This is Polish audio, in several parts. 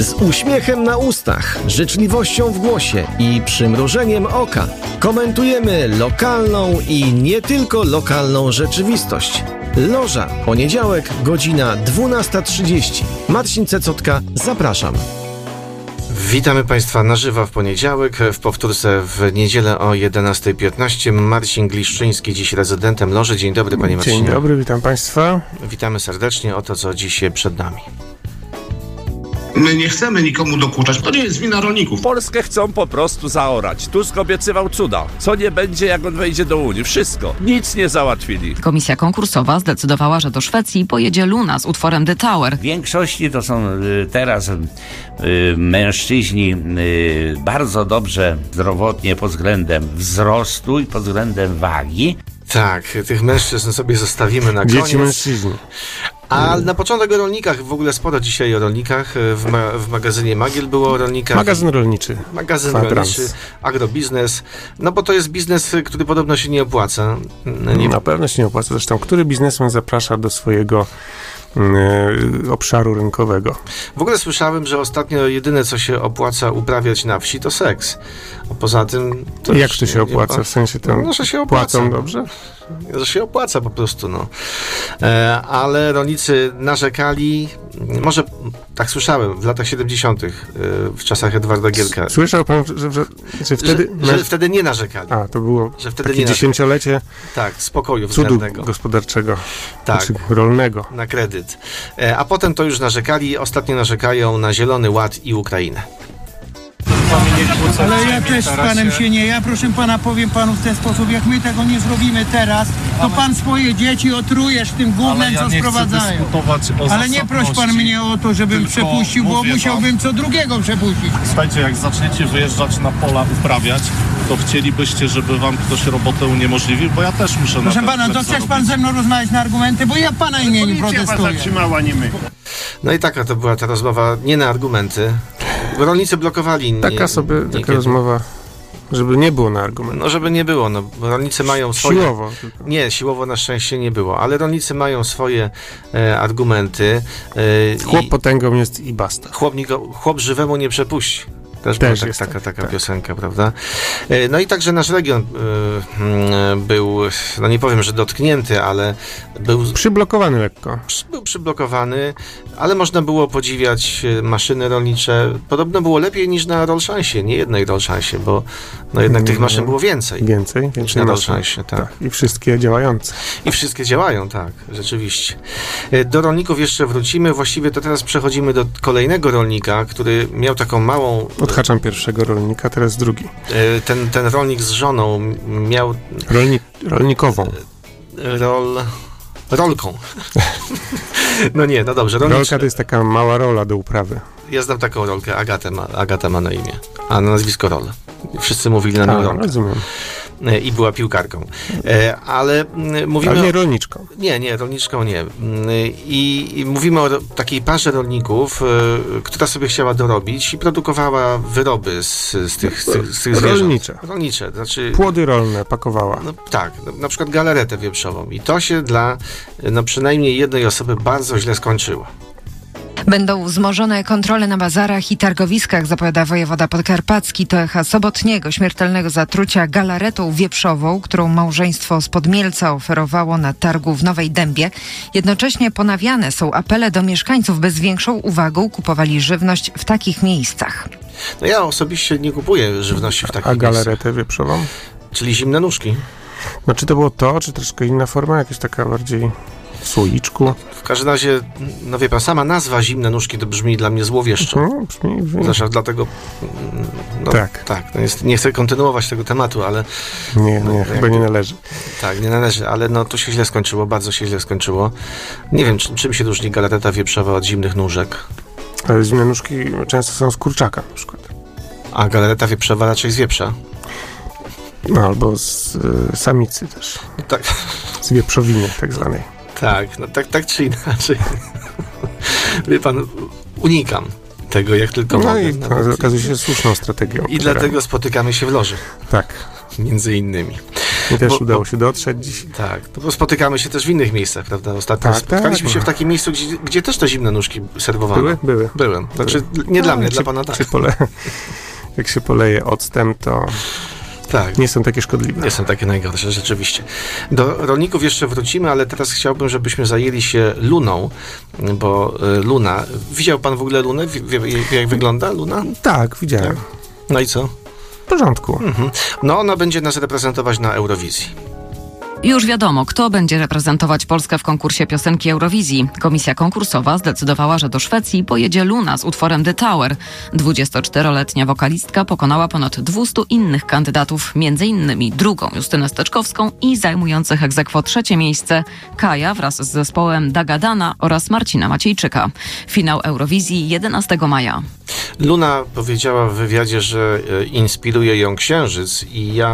Z uśmiechem na ustach, życzliwością w głosie i przymrużeniem oka komentujemy lokalną i nie tylko lokalną rzeczywistość. Loża, poniedziałek, godzina 12:30. Marcin Cecotka, zapraszam. Witamy Państwa na żywo w poniedziałek, w powtórce w niedzielę o 11:15. Marcin Gliszczyński, dziś rezydentem Loży. Dzień dobry, panie Marcinie. Dzień dobry, witam Państwa. Witamy serdecznie, oto co dziś przed nami. My nie chcemy nikomu dokuczać, to nie jest wina rolników. Polskę chcą po prostu zaorać. Tusk obiecywał cuda. Co nie będzie, jak on wejdzie do Unii? Wszystko. Nic nie załatwili. Komisja konkursowa zdecydowała, że do Szwecji pojedzie Luna z utworem The Tower. W większości to są teraz mężczyźni bardzo dobrze zdrowotnie pod względem wzrostu i pod względem wagi. Tak, tych mężczyzn sobie zostawimy na koniec. Dzieci mężczyźni. A na początek o rolnikach, w ogóle sporo dzisiaj o rolnikach. W magazynie Magiel było o rolnikach. Magazyn rolniczy. Magazyn rolniczy, agrobiznes. No bo to jest biznes, który podobno się nie opłaca. Na pewno się nie opłaca. Zresztą, który biznesmen zaprasza do swojego obszaru rynkowego? W ogóle słyszałem, że ostatnio jedyne, co się opłaca uprawiać na wsi, to seks. A poza tym... To jak to się opłaca? W sensie tam no, że się opłaca. Płacą dobrze? Że się opłaca po prostu, no. Ale rolnicy narzekali, może tak słyszałem, w latach 70., w czasach Edwarda Gierka. Słyszał pan, że wtedy... Że wtedy nie narzekali. A, to było że wtedy takie dziesięciolecie tak, spokoju cudu względnego. Gospodarczego, tak, znaczy rolnego. Na kredyt. A potem to już narzekali, ostatnio narzekają na Zielony Ład i Ukrainę. Ale ja też z panem się nie. Ja proszę pana powiem panu w ten sposób, jak my tego nie zrobimy teraz, to pan swoje dzieci otrujesz tym gównem, co sprowadzają. Ale nie proś pan mnie o to, żebym przepuścił, bo musiałbym co drugiego przepuścić. Słuchajcie, jak zaczniecie wyjeżdżać na pola uprawiać, to chcielibyście, żeby wam ktoś robotę uniemożliwił, bo ja też muszę... Proszę pana, to chcesz pan ze mną rozmawiać na argumenty, bo ja w pana imieniu protestuję. Zatrzymała, nie my. No i taka to była ta rozmowa, nie na argumenty. Rolnicy blokowali. Taka rozmowa, żeby nie było na argument. No, żeby nie było. No, rolnicy mają swoje... Siłowo. Tylko. Nie, siłowo na szczęście nie było, ale rolnicy mają swoje argumenty. Chłop potęgą jest i basta. Chłop żywemu nie przepuści. Też była taka piosenka, prawda? No i także nasz region był, no nie powiem, że dotknięty, ale był... Przyblokowany lekko. Był przyblokowany, ale można było podziwiać maszyny rolnicze. Podobno było lepiej niż na Rolszansie, nie jednej Rolszansie, bo no jednak tych maszyn było więcej. Więcej na Rolszansie, tak. I wszystkie działające. I wszystkie działają, tak, rzeczywiście. Do rolników jeszcze wrócimy. Właściwie to teraz przechodzimy do kolejnego rolnika, który miał taką małą... Odhaczam pierwszego rolnika, teraz drugi. Ten rolnik z żoną miał... Rolnikową. Rolką. No nie, no dobrze. Rolka to jest taka mała rola do uprawy. Ja znam taką rolkę, Agata ma na imię, a na nazwisko Rol. Wszyscy mówili na nią Rolkę. Rozumiem. I była piłkarką. Ale mówimy... Ale nie rolniczką. Nie, rolniczką nie. I mówimy o takiej parze rolników, która sobie chciała dorobić i produkowała wyroby z tych zwierząt. Rolnicze. Znaczy, płody rolne pakowała. No, tak, na przykład galaretę wieprzową. I to się dla przynajmniej jednej osoby bardzo źle skończyło. Będą wzmożone kontrole na bazarach i targowiskach, zapowiada wojewoda podkarpacki. To echa sobotniego śmiertelnego zatrucia galaretą wieprzową, którą małżeństwo z Podmielca oferowało na targu w Nowej Dębie. Jednocześnie ponawiane są apele do mieszkańców, by z większą uwagą kupowali żywność w takich miejscach. No ja osobiście nie kupuję żywności w takich miejscach. A galaretę wieprzową? Czyli zimne nóżki. No czy to było to, czy troszkę inna forma? Jakaś taka bardziej... W słoiczku. W każdym razie, no wie pan, sama nazwa zimne nóżki to brzmi dla mnie złowieszczo. Brzmi. Zresztą dlatego... No, tak. No nie chcę kontynuować tego tematu, ale... Nie, chyba nie należy. Tak, nie należy, ale no to się źle skończyło, bardzo się źle skończyło. Nie wiem, czym się różni galareta wieprzowa od zimnych nóżek. Ale zimne nóżki często są z kurczaka na przykład. A galareta wieprzowa raczej z wieprza. No, albo z samicy też. Tak. Z wieprzowiny tak zwanej. Tak, no tak czy inaczej. Wie pan, unikam tego jak tylko mogę. I to okazuje się słuszną strategią. I dlatego spotykamy się w Loży. Tak. Między innymi. Mi też udało się dotrzeć dziś. Tak, bo spotykamy się też w innych miejscach, prawda? Ostatnio spotkaliśmy się w takim miejscu, gdzie też te zimne nóżki serwowano. Byłem. Znaczy, nie dla mnie, dla pana tak. Jak się poleje octem, to nie są takie szkodliwe. Nie są takie najgorsze, rzeczywiście. Do rolników jeszcze wrócimy, ale teraz chciałbym, żebyśmy zajęli się luną, bo luna... Widział pan w ogóle lunę? Jak wygląda luna? Tak, widziałem. Tak. No i co? W porządku. No, ona będzie nas reprezentować na Eurowizji. Już wiadomo, kto będzie reprezentować Polskę w konkursie piosenki Eurowizji. Komisja konkursowa zdecydowała, że do Szwecji pojedzie Luna z utworem The Tower. 24-letnia wokalistka pokonała ponad 200 innych kandydatów, m.in. drugą Justynę Steczkowską i zajmujących ex aequo trzecie miejsce Kaja wraz z zespołem Dagadana oraz Marcina Maciejczyka. Finał Eurowizji 11 maja. Luna powiedziała w wywiadzie, że inspiruje ją Księżyc i ja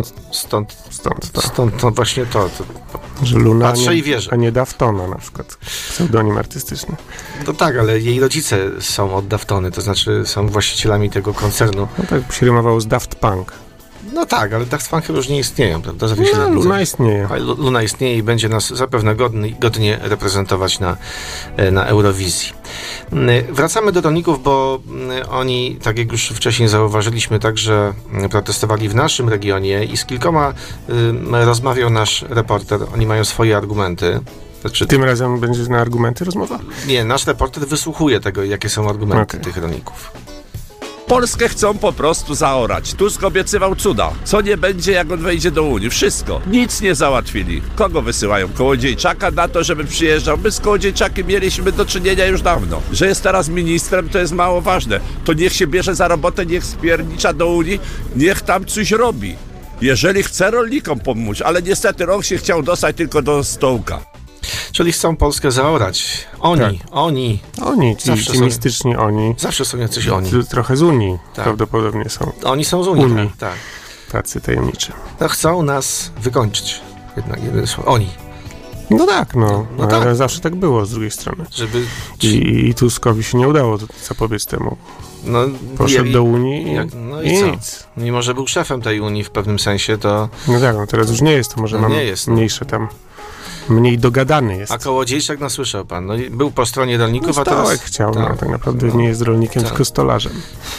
stąd to właśnie to. Że Luna, patrzę i wierzę. A nie Daftona na przykład, pseudonim artystyczny. No tak, ale jej rodzice są od Daftony, to znaczy są właścicielami tego koncernu. No tak, się rymowało z Daft Punk. No tak, ale Daft Punk już nie istnieją, prawda? Luna istnieje. Luna istnieje i będzie nas zapewne godnie reprezentować na Eurowizji. Wracamy do rolników, bo oni, tak jak już wcześniej zauważyliśmy, także protestowali w naszym regionie i z kilkoma rozmawiał nasz reporter. Oni mają swoje argumenty. Znaczy, tym razem będzie na argumenty rozmowa? Nie, nasz reporter wysłuchuje tego, jakie są argumenty tych rolników. Polskę chcą po prostu zaorać. Tusk obiecywał cuda. Co nie będzie, jak on wejdzie do Unii? Wszystko. Nic nie załatwili. Kogo wysyłają? Kołodziejczaka na to, żeby przyjeżdżał? My z Kołodziejczakiem mieliśmy do czynienia już dawno. Że jest teraz ministrem, to jest mało ważne. To niech się bierze za robotę, niech spiernicza do Unii, niech tam coś robi. Jeżeli chce rolnikom pomóc, ale niestety rok się chciał dostać tylko do stołka. Czyli chcą Polskę zaorać. Oni, ci mistyczni oni. Zawsze są jacyś oni. Trochę z Unii prawdopodobnie są. Oni są z Unii, tak. Tacy tajemniczy. No chcą nas wykończyć. Jednak jeden słowo. Oni. No tak, ale tak. Zawsze tak było z drugiej strony. I Tuskowi się nie udało zapobiec temu. Poszedł do Unii i nic. Mimo, że był szefem tej Unii w pewnym sensie, to... No tak, teraz już nie jest, to może mniejsze tam... Mniej dogadany jest. A Kołodziejczak, słyszał pan, był po stronie rolników, a teraz... chciał, tak naprawdę nie jest rolnikiem, tylko stolarzem.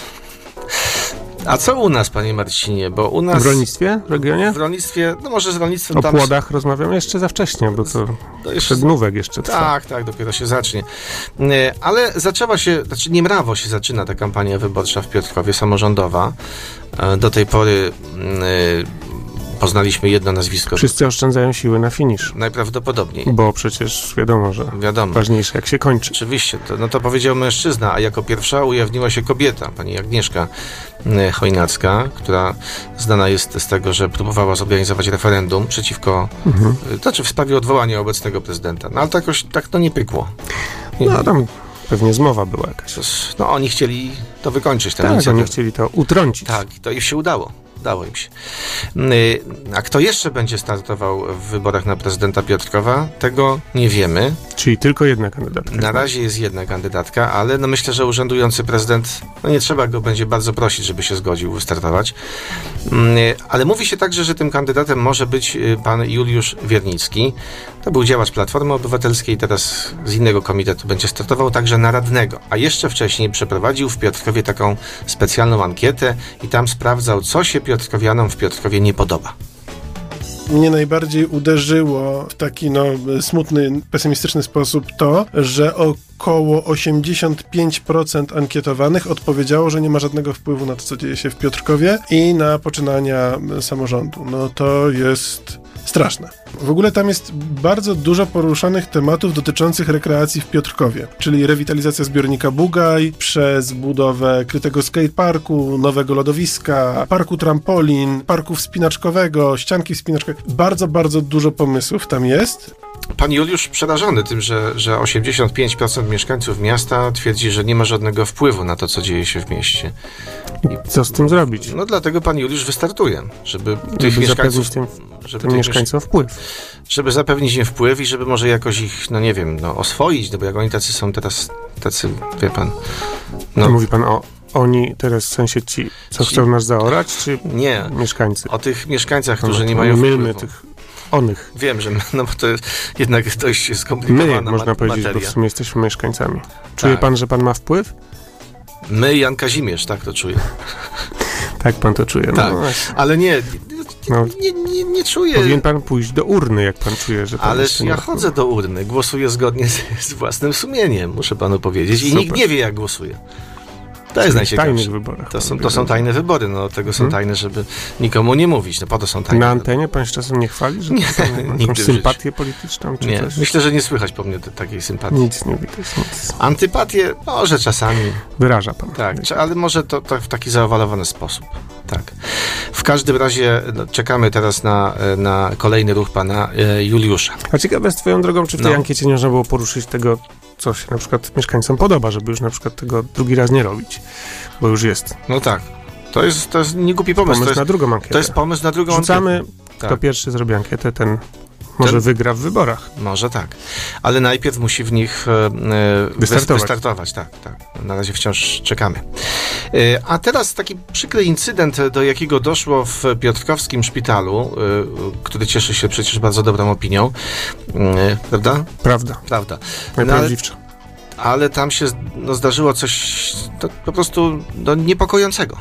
A co u nas, panie Marcinie? Bo u nas... W rolnictwie? W regionie? W rolnictwie, może z rolnictwem... O płodach rozmawiam jeszcze za wcześnie, bo to przednówek jeszcze trwa. Tak, dopiero się zacznie. Ale niemrawo się zaczyna ta kampania wyborcza w Piotrkowie, samorządowa. Do tej pory... Poznaliśmy jedno nazwisko. Wszyscy oszczędzają siły na finisz. Najprawdopodobniej. Bo przecież wiadomo, że ważniejsze jak się kończy. Oczywiście. To powiedział mężczyzna, a jako pierwsza ujawniła się kobieta, pani Agnieszka Chojnacka, która znana jest z tego, że próbowała zorganizować referendum przeciwko, w sprawie odwołania obecnego prezydenta. No ale to jakoś tak nie pykło. Tam pewnie zmowa była jakaś. Oni chcieli to wykończyć. Oni chcieli to utrącić. Tak, i to im się udało. Udało im się. A kto jeszcze będzie startował w wyborach na prezydenta Piotrkowa? Tego nie wiemy. Czyli tylko jedna kandydatka. Na razie jest jedna kandydatka, ale myślę, że urzędujący prezydent, nie trzeba go będzie bardzo prosić, żeby się zgodził wystartować. Ale mówi się także, że tym kandydatem może być pan Juliusz Wiernicki. To był działacz Platformy Obywatelskiej, teraz z innego komitetu będzie startował także na radnego. A jeszcze wcześniej przeprowadził w Piotrkowie taką specjalną ankietę i tam sprawdzał, co się Piotrkowianom w Piotrkowie nie podoba. Mnie najbardziej uderzyło w taki smutny, pesymistyczny sposób to, że około 85% ankietowanych odpowiedziało, że nie ma żadnego wpływu na to, co dzieje się w Piotrkowie i na poczynania samorządu. To jest straszne. W ogóle tam jest bardzo dużo poruszanych tematów dotyczących rekreacji w Piotrkowie, czyli rewitalizacja zbiornika Bugaj, przez budowę krytego skateparku, nowego lodowiska, parku trampolin, parku wspinaczkowego, ścianki wspinaczkowej. Bardzo, bardzo dużo pomysłów tam jest. Pan Juliusz przerażony tym, że 85% mieszkańców miasta twierdzi, że nie ma żadnego wpływu na to, co dzieje się w mieście. I co z tym zrobić? Dlatego pan Juliusz wystartuje, żeby tych mieszkańców... Tym mieszkańcom wpływ. Żeby zapewnić im wpływ i żeby może jakoś ich, oswoić, bo jak oni tacy są teraz, wie pan... Mówi pan o oni teraz, w sensie ci, co chcą nas zaorać, czy nie, mieszkańcy? O tych mieszkańcach, którzy nie mają wpływu. Onych. Wiem, że bo to jest jednak dość skomplikowana można powiedzieć, materia. Bo w sumie jesteśmy mieszkańcami. Czuje pan, że pan ma wpływ? My, Jan Kazimierz, tak to czuję. Tak pan to czuje. Tak, ale nie czuję. Powinien pan pójść do urny, jak pan czuje, że pan Ależ ja chodzę do urny, głosuję zgodnie z własnym sumieniem, muszę panu powiedzieć. I nikt nie wie, jak głosuje. To jest najciekawsze. W tajnych wyborach. To są tajne wybory, tego są tajne, żeby nikomu nie mówić. Po to są tajne. Na antenie pan się czasem nie chwali, że ma jakąś sympatię polityczną? Czy nie, coś? Myślę, że nie słychać po mnie takiej sympatii. Nic nie widać. Nic. Antypatię może czasami. Wyraża pan. Tak, ale może to w taki zaowalowany sposób. Tak. W każdym razie czekamy teraz na kolejny ruch pana Juliusza. A ciekawe jest swoją drogą, czy w tej ankiecie nie można było poruszyć tego, co się na przykład mieszkańcom podoba, żeby już na przykład tego drugi raz nie robić, bo już jest. No tak. To jest niegłupi pomysł. Na drugą ankietę. To jest pomysł na drugą Rzucamy, ankietę. Kto pierwszy zrobi ankietę, ten może wygra w wyborach. Może tak. Ale najpierw musi w nich wystartować. Tak. Na razie wciąż czekamy. A teraz taki przykry incydent, do jakiego doszło w piotrkowskim szpitalu, który cieszy się przecież bardzo dobrą opinią. Prawda? Prawda. Najprawdziwsza. Ale tam się zdarzyło coś po prostu niepokojącego.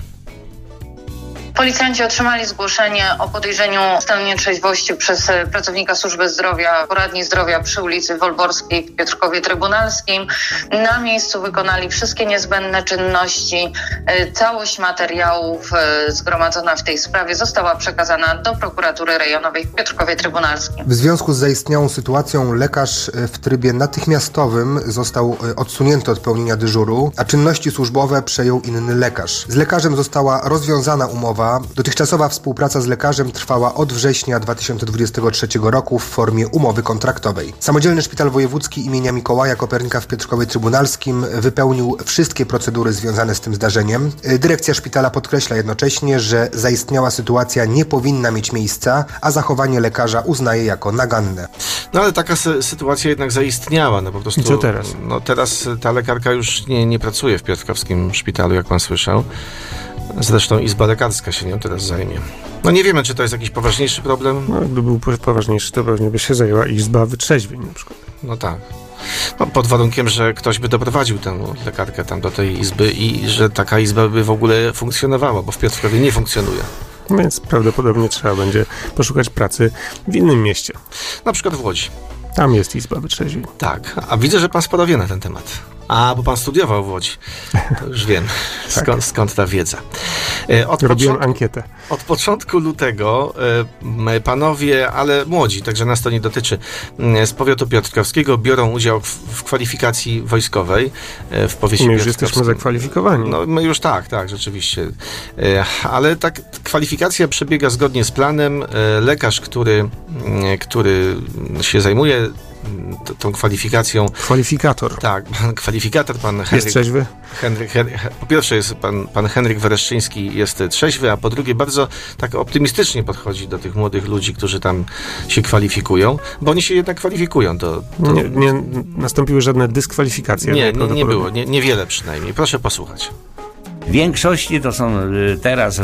Policjanci otrzymali zgłoszenie o podejrzeniu stanu nietrzeźwości przez pracownika służby zdrowia, poradni zdrowia przy ulicy Wolborskiej w Piotrkowie Trybunalskim. Na miejscu wykonali wszystkie niezbędne czynności. Całość materiałów zgromadzona w tej sprawie została przekazana do prokuratury rejonowej w Piotrkowie Trybunalskim. W związku z zaistniałą sytuacją lekarz w trybie natychmiastowym został odsunięty od pełnienia dyżuru, a czynności służbowe przejął inny lekarz. Z lekarzem została rozwiązana umowa. Dotychczasowa współpraca z lekarzem trwała od września 2023 roku w formie umowy kontraktowej. Samodzielny Szpital Wojewódzki imienia Mikołaja Kopernika w Piotrkowie Trybunalskim wypełnił wszystkie procedury związane z tym zdarzeniem. Dyrekcja szpitala podkreśla jednocześnie, że zaistniała sytuacja nie powinna mieć miejsca, a zachowanie lekarza uznaje jako naganne. No ale taka sytuacja jednak zaistniała. Po prostu, i co teraz? Teraz ta lekarka już nie pracuje w Piotrkowskim szpitalu, jak pan słyszał. Zresztą Izba Lekarska się nią teraz zajmie. Nie wiemy, czy to jest jakiś poważniejszy problem. Gdyby był poważniejszy, to pewnie by się zajęła Izba Wytrzeźwień na przykład. Tak. Pod warunkiem, że ktoś by doprowadził tę lekarkę tam do tej izby i że taka izba by w ogóle funkcjonowała, bo w Piotrkowie nie funkcjonuje. Więc prawdopodobnie trzeba będzie poszukać pracy w innym mieście. Na przykład w Łodzi. Tam jest Izba Wytrzeźwień. Tak, a widzę, że pan sporo wie na ten temat. Bo pan studiował w Łodzi. To już wiem, skąd ta wiedza. Robiłem ankietę. Od początku lutego panowie, ale młodzi, także nas to nie dotyczy, z powiatu piotrkowskiego biorą udział w kwalifikacji wojskowej w powiecie My już jesteśmy zakwalifikowani. My już tak, rzeczywiście. Ale kwalifikacja przebiega zgodnie z planem. Lekarz, który się zajmuje tą kwalifikacją. Kwalifikator. Tak, kwalifikator, pan Henryk. Jest trzeźwy? Po pierwsze jest pan Henryk Wereszczyński jest trzeźwy, a po drugie bardzo tak optymistycznie podchodzi do tych młodych ludzi, którzy tam się kwalifikują, bo oni się jednak kwalifikują. Nie nastąpiły żadne dyskwalifikacje. Nie było, niewiele przynajmniej. Proszę posłuchać. W większości to są teraz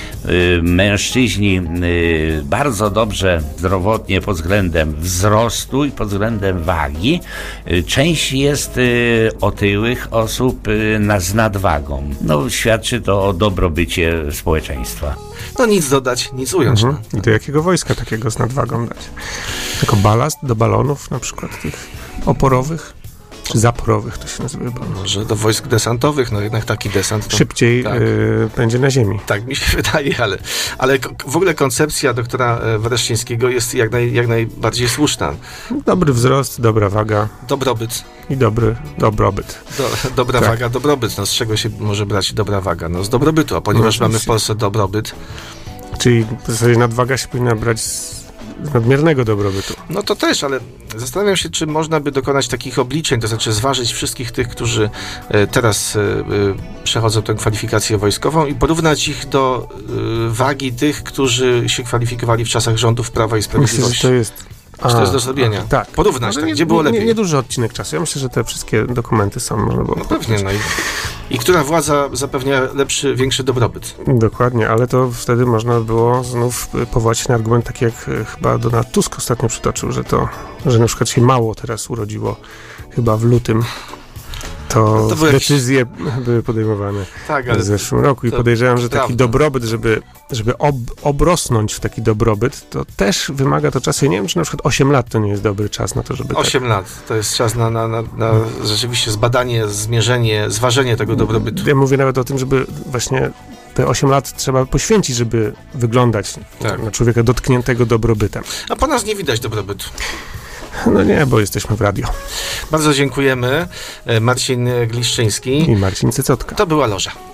mężczyźni bardzo dobrze zdrowotnie pod względem wzrostu i pod względem wagi. Część jest otyłych osób z nadwagą. Świadczy to o dobrobycie społeczeństwa. Nic dodać, nic ująć. I do jakiego wojska takiego z nadwagą dać? Tylko balast do balonów na przykład tych oporowych? Czy zaporowych to się nazywa? Może do wojsk desantowych, jednak taki desant... Szybciej będzie na ziemi. Tak mi się wydaje, ale w ogóle koncepcja doktora Wereszczyńskiego jest jak najbardziej słuszna. Dobry wzrost, dobra waga. Dobrobyt. I dobry dobrobyt. Dobra waga, dobrobyt. Z czego się może brać dobra waga? Z dobrobytu, a ponieważ mamy w Polsce dobrobyt... Czyli w zasadzie nadwaga się powinna brać z nadmiernego dobrobytu. To też, ale zastanawiam się, czy można by dokonać takich obliczeń, to znaczy zważyć wszystkich tych, którzy teraz przechodzą tę kwalifikację wojskową i porównać ich do wagi tych, którzy się kwalifikowali w czasach rządów Prawa i Sprawiedliwości. Myślę, że to jest To jest do zrobienia. Tak. Porównać, gdzie było lepiej. Nieduży odcinek czasu. Ja myślę, że te wszystkie dokumenty są, można było... No pewnie, I która władza zapewnia lepszy, większy dobrobyt. Dokładnie, ale to wtedy można było znów powołać się na argument taki, jak chyba Donald Tusk ostatnio przytoczył, że na przykład się mało teraz urodziło, chyba w lutym. To decyzje były podejmowane w zeszłym roku i podejrzewam, że taki dobrobyt, żeby obrosnąć w taki dobrobyt, to też wymaga to czasu. Ja nie wiem, czy na przykład 8 lat to nie jest dobry czas na to, żeby 8 lat to jest czas na rzeczywiście zbadanie, zmierzenie, zważenie tego dobrobytu. Ja mówię nawet o tym, żeby właśnie te 8 lat trzeba poświęcić, żeby wyglądać na człowieka dotkniętego dobrobytem. A po nas nie widać dobrobytu. No nie, bo jesteśmy w radio. Bardzo dziękujemy. Marcin Gliszczyński i Marcin Cycotka. To była Loża.